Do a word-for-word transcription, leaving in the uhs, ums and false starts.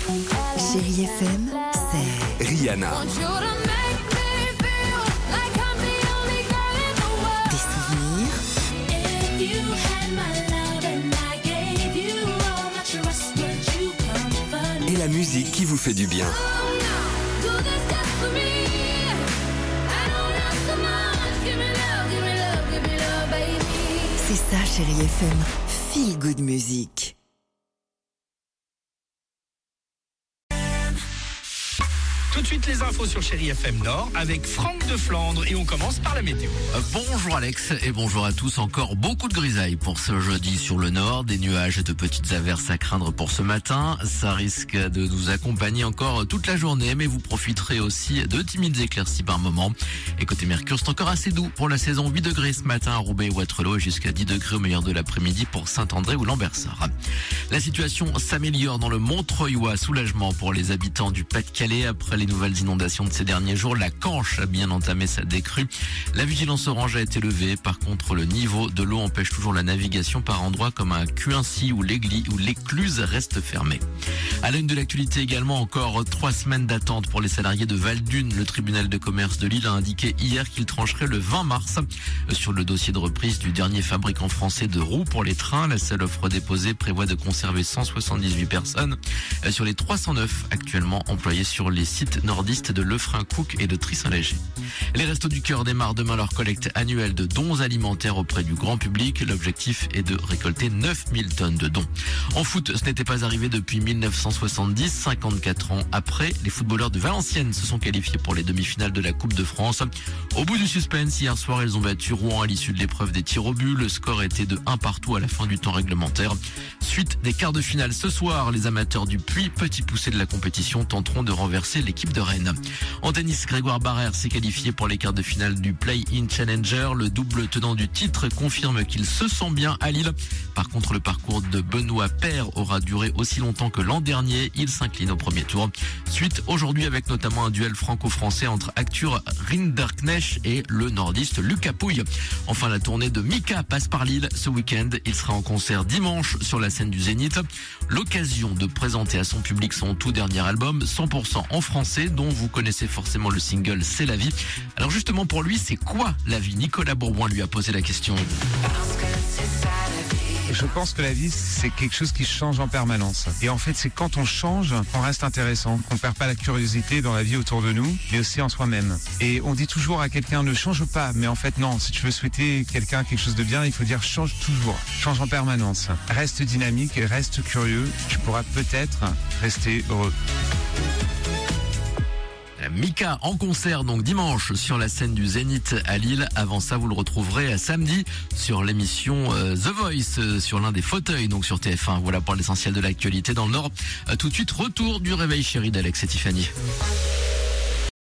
Chérie F M, c'est Rihanna. des souvenirs, Et la musique qui vous fait du bien. c'est ça Chérie F M, Feel Good Music. Tout de suite les infos sur Chérie F M Nord avec Franck de Flandre et on commence par la météo. Bonjour Alex et bonjour à tous. Encore beaucoup de grisailles pour ce jeudi sur le nord. Des nuages et de petites averses à craindre pour ce matin. Ça risque de nous accompagner encore toute la journée, mais vous profiterez aussi de timides éclaircies par moment. Et côté Mercure, c'est encore assez doux pour la saison. huit degrés ce matin à Roubaix et Waterloo et jusqu'à dix degrés au meilleur de l'après-midi pour Saint-André ou Lambersart. La situation s'améliore dans le Montreuilois. Soulagement pour les habitants du Pas-de-Calais après les nouvelles inondations de ces derniers jours. La Canche a bien entamé sa décrue. La vigilance orange a été levée. Par contre, le niveau de l'eau empêche toujours la navigation par endroits comme à Cuincy où l'église où l'écluse reste fermée. À la une de l'actualité également, encore trois semaines d'attente pour les salariés de Val-d'Une. Le tribunal de commerce de Lille a indiqué hier qu'il trancherait le vingt mars sur le dossier de reprise du dernier fabricant français de roues pour les trains. La seule offre déposée prévoit de conserver cent soixante-dix-huit personnes sur les trois cent neuf actuellement employés sur les sites nordistes de Lefrain-Couc et de Trissin-Léger. Les Restos du Cœur démarrent demain leur collecte annuelle de dons alimentaires auprès du grand public. L'objectif est de récolter neuf mille tonnes de dons. En foot, ce n'était pas arrivé depuis mille neuf cent soixante-dix, cinquante-quatre ans après. Les footballeurs de Valenciennes se sont qualifiés pour les demi-finales de la Coupe de France. Au bout du suspense, hier soir, ils ont battu Rouen à l'issue de l'épreuve des tirs au but. Le score était de un partout à la fin du temps réglementaire. Suite des quarts de finale ce soir, les amateurs du Puy, petit poussé de la compétition, tenteront de renverser l'équipe de Rennes. En tennis, Grégoire Barrère s'est qualifié pour les quarts de finale du Play-in Challenger. Le double tenant du titre confirme qu'il se sent bien à Lille. Par contre, le parcours de Benoît Paire aura duré aussi longtemps que l'an dernier. Il s'incline au premier tour. Suite aujourd'hui avec notamment un duel franco-français entre Arthur Rinderknecht et le nordiste Lucas Pouille. Enfin, la tournée de Mika passe par Lille ce week-end. Il sera en concert dimanche sur la scène du Zénith. L'occasion de présenter à son public son tout dernier album, cent pour cent en français, dont vous connaissez forcément le single C'est la vie. Alors justement pour lui, c'est quoi la vie? Nicolas Bourboin lui a posé la question. Je pense que la vie, c'est quelque chose qui change en permanence. Et en fait, c'est quand on change qu'on reste intéressant, qu'on perd pas la curiosité dans la vie autour de nous, mais aussi en soi-même. Et on dit toujours à quelqu'un ne change pas, mais en fait non, si tu veux souhaiter quelqu'un quelque chose de bien, il faut dire change toujours, change en permanence. Reste dynamique, reste curieux, tu pourras peut-être rester heureux. Mika en concert donc dimanche sur la scène du Zénith à Lille. Avant ça, vous le retrouverez samedi sur l'émission euh, The Voice euh, sur l'un des fauteuils donc sur T F un. Voilà pour l'essentiel de l'actualité dans le Nord. Euh, tout de suite, retour du réveil chéri d'Alex et Tiffany.